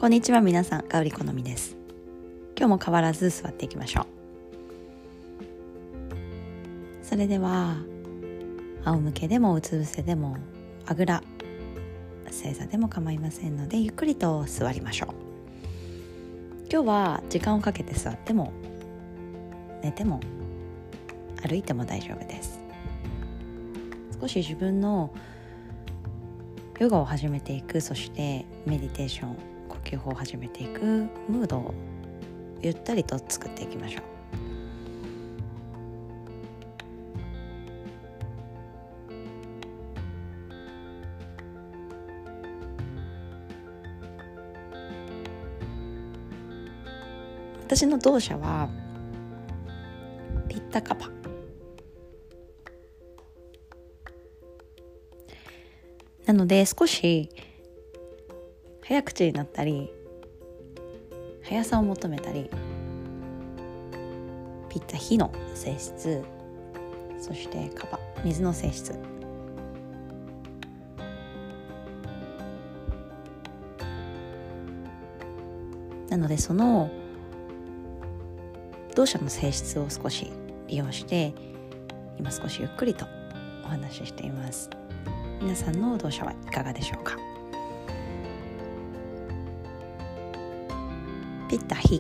こんにちは、皆さん、香り好みです。今日も変わらず座っていきましょう。それでは仰向けでもうつ伏せでもあぐら正座でも構いませんので、ゆっくりと座りましょう。今日は時間をかけて座っても寝ても歩いても大丈夫です。少し自分のヨガを始めていく、そしてメディテーション、呼吸法を始めていくムードをゆったりと作っていきましょう。私の動作はピッタカパ。なので少し早口になったり速さを求めたり、ピッタ火の性質、そしてカパ水の性質、なのでその動作の性質を少し利用して今少しゆっくりとお話ししています。皆さんの動作はいかがでしょうか。ピッタ火、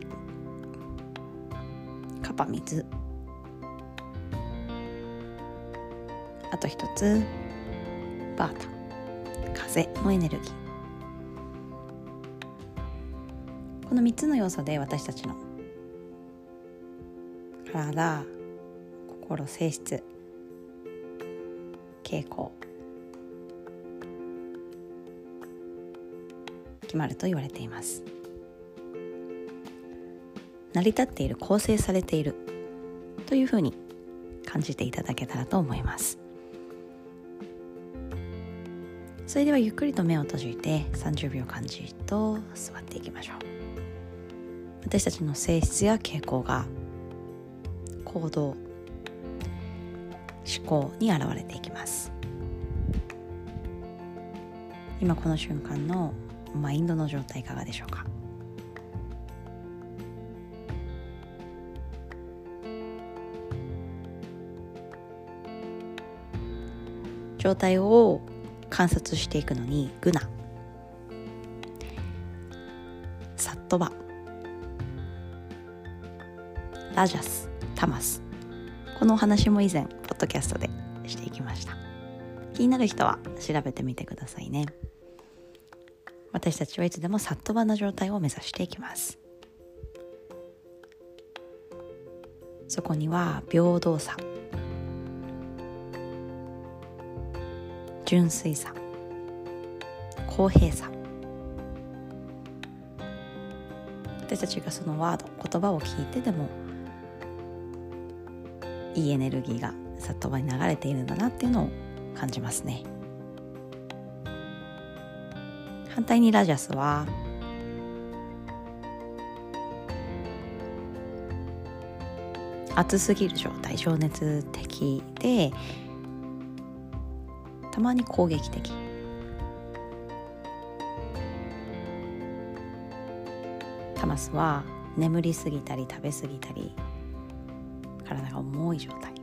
カパ水、あと一つバータ風のエネルギー。この3つの要素で私たちの体、心、性質、傾向決まると言われています。成り立っている、構成されているというふうに感じていただけたらと思います。それではゆっくりと目を閉じて30秒間じっと座っていきましょう。私たちの性質や傾向が行動、思考に現れていきます。今この瞬間のマインドの状態いかがでしょうか。状態を観察していくのにグナ、サットバ、ラジャス、タマス、このお話も以前ポッドキャストでしていきました。気になる人は調べてみてくださいね。私たちはいつでもサットバな状態を目指していきます。そこには平等さ、純粋さ、公平さ、私たちがそのワード、言葉を聞いてでもいいエネルギーがサットバに流れているんだなっていうのを感じますね。反対にラジャスは熱すぎる状態、情熱的でたまに攻撃的。タマスは眠りすぎたり食べすぎたり体が重い状態。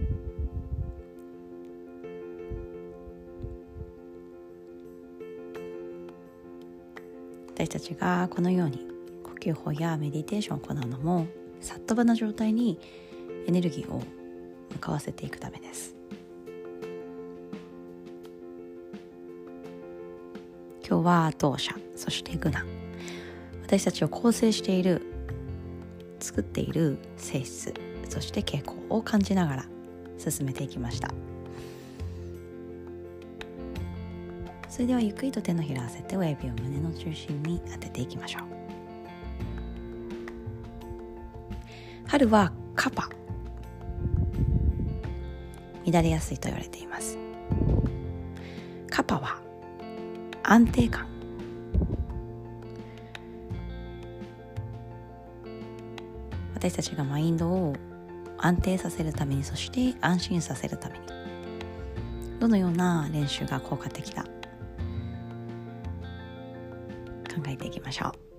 私たちがこのように呼吸法やメディテーションを行うのもサットバな状態にエネルギーを向かわせていくためです。今日は動作、そしてグナ、私たちを構成している、作っている性質、そして傾向を感じながら進めていきました。それではゆっくりと手のひらを合わせて親指を胸の中心に当てていきましょう。春はカパ、乱れやすいと言われています。カパは安定感、私たちがマインドを安定させるために、そして安心させるためにどのような練習が効果的か考えていきましょう。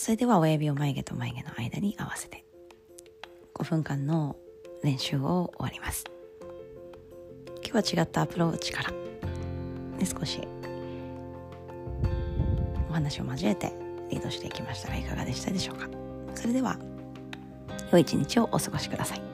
それでは親指を眉毛と眉毛の間に合わせて5分間の練習を終わります。今日は違ったアプローチから、少しお話を交えてリードしていきましたがいかがでしたでしょうか。それでは良い一日をお過ごしください。